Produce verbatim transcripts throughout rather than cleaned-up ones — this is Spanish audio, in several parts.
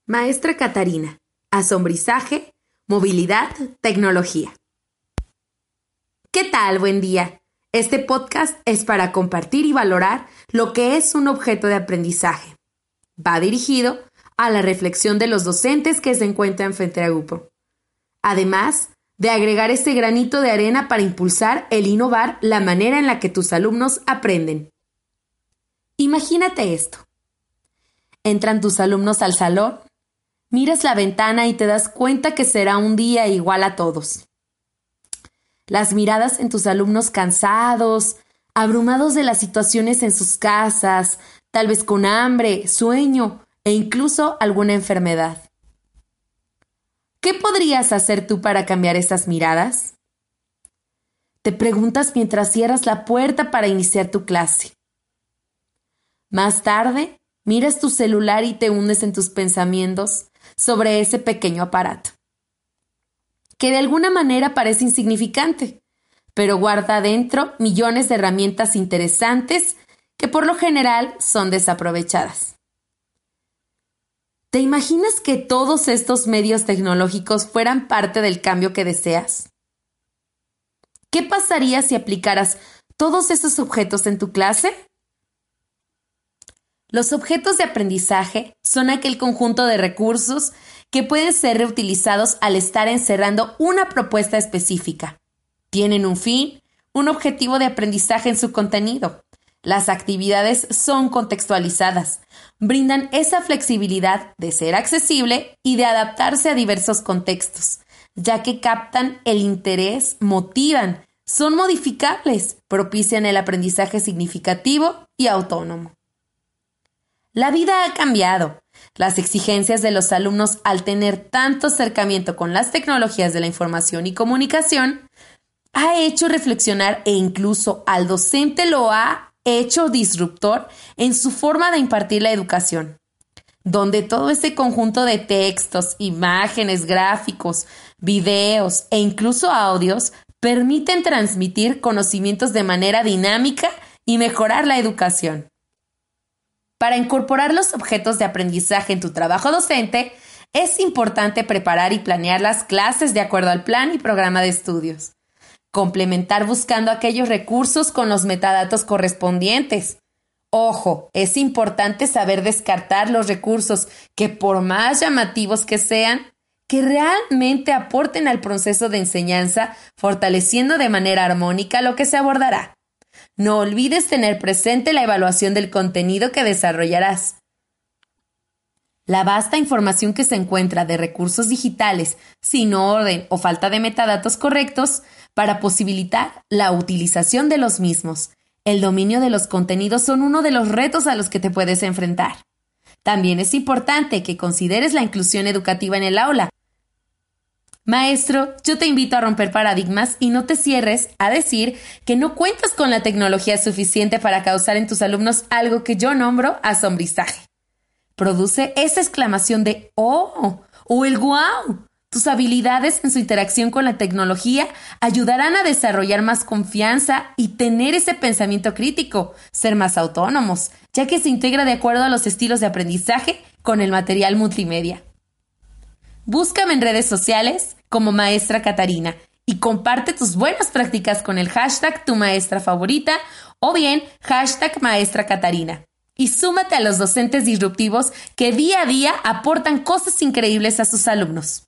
Maestra Catarina, asombrizaje, movilidad, tecnología. ¿Qué tal? Buen día. Este podcast es para compartir y valorar lo que es un objeto de aprendizaje. Va dirigido a la reflexión de los docentes que se encuentran frente al grupo. Además de agregar ese granito de arena para impulsar el innovar la manera en la que tus alumnos aprenden. Imagínate esto. Entran tus alumnos al salón, miras la ventana y te das cuenta que será un día igual a todos. Las miradas en tus alumnos cansados, abrumados de las situaciones en sus casas, tal vez con hambre, sueño e incluso alguna enfermedad. ¿Qué podrías hacer tú para cambiar esas miradas? Te preguntas mientras cierras la puerta para iniciar tu clase. Más tarde, miras tu celular y te hundes en tus pensamientos sobre ese pequeño aparato, que de alguna manera parece insignificante, pero guarda dentro millones de herramientas interesantes que por lo general son desaprovechadas. ¿Te imaginas que todos estos medios tecnológicos fueran parte del cambio que deseas? ¿Qué pasaría si aplicaras todos esos objetos en tu clase? Los objetos de aprendizaje son aquel conjunto de recursos que pueden ser reutilizados al estar encerrando una propuesta específica. Tienen un fin, un objetivo de aprendizaje en su contenido. Las actividades son contextualizadas, brindan esa flexibilidad de ser accesible y de adaptarse a diversos contextos, ya que captan el interés, motivan, son modificables, propician el aprendizaje significativo y autónomo. La vida ha cambiado. Las exigencias de los alumnos al tener tanto acercamiento con las tecnologías de la información y comunicación ha hecho reflexionar e incluso al docente lo ha hecho disruptor en su forma de impartir la educación, donde todo ese conjunto de textos, imágenes, gráficos, videos e incluso audios permiten transmitir conocimientos de manera dinámica y mejorar la educación. Para incorporar los objetos de aprendizaje en tu trabajo docente, es importante preparar y planear las clases de acuerdo al plan y programa de estudios. Complementar buscando aquellos recursos con los metadatos correspondientes. Ojo, es importante saber descartar los recursos que, por más llamativos que sean, que realmente aporten al proceso de enseñanza, fortaleciendo de manera armónica lo que se abordará. No olvides tener presente la evaluación del contenido que desarrollarás. La vasta información que se encuentra de recursos digitales sin orden o falta de metadatos correctos para posibilitar la utilización de los mismos. El dominio de los contenidos son uno de los retos a los que te puedes enfrentar. También es importante que consideres la inclusión educativa en el aula. Maestro, yo te invito a romper paradigmas y no te cierres a decir que no cuentas con la tecnología suficiente para causar en tus alumnos algo que yo nombro asombrizaje. Produce esa exclamación de ¡oh! O el ¡guau! Tus habilidades en su interacción con la tecnología ayudarán a desarrollar más confianza y tener ese pensamiento crítico, ser más autónomos, ya que se integra de acuerdo a los estilos de aprendizaje con el material multimedia. Búscame en redes sociales como Maestra Catarina y comparte tus buenas prácticas con el hashtag tu maestra favorita o bien hashtag Maestra Catarina. Y súmate a los docentes disruptivos que día a día aportan cosas increíbles a sus alumnos.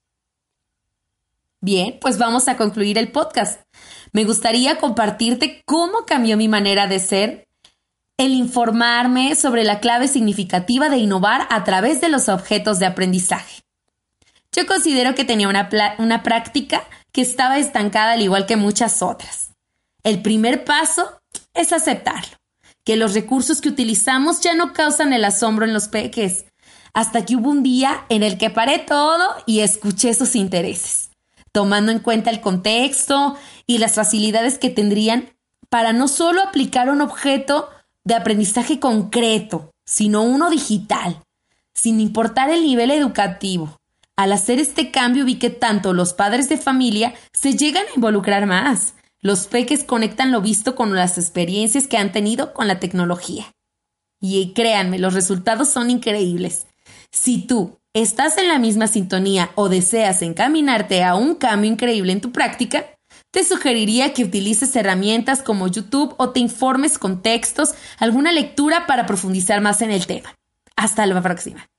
Bien, pues vamos a concluir el podcast. Me gustaría compartirte cómo cambió mi manera de ser, el informarme sobre la clave significativa de innovar a través de los objetos de aprendizaje. Yo considero que tenía una, pla- una práctica que estaba estancada al igual que muchas otras. El primer paso es aceptarlo, que los recursos que utilizamos ya no causan el asombro en los peques, hasta que hubo un día en el que paré todo y escuché sus intereses, tomando en cuenta el contexto y las facilidades que tendrían para no solo aplicar un objeto de aprendizaje concreto, sino uno digital, sin importar el nivel educativo. Al hacer este cambio vi que tanto los padres de familia se llegan a involucrar más. Los peques conectan lo visto con las experiencias que han tenido con la tecnología. Y créanme, los resultados son increíbles. Si tú ¿Estás en la misma sintonía o deseas encaminarte a un cambio increíble en tu práctica? Te sugeriría que utilices herramientas como YouTube o te informes con textos, alguna lectura para profundizar más en el tema. Hasta la próxima.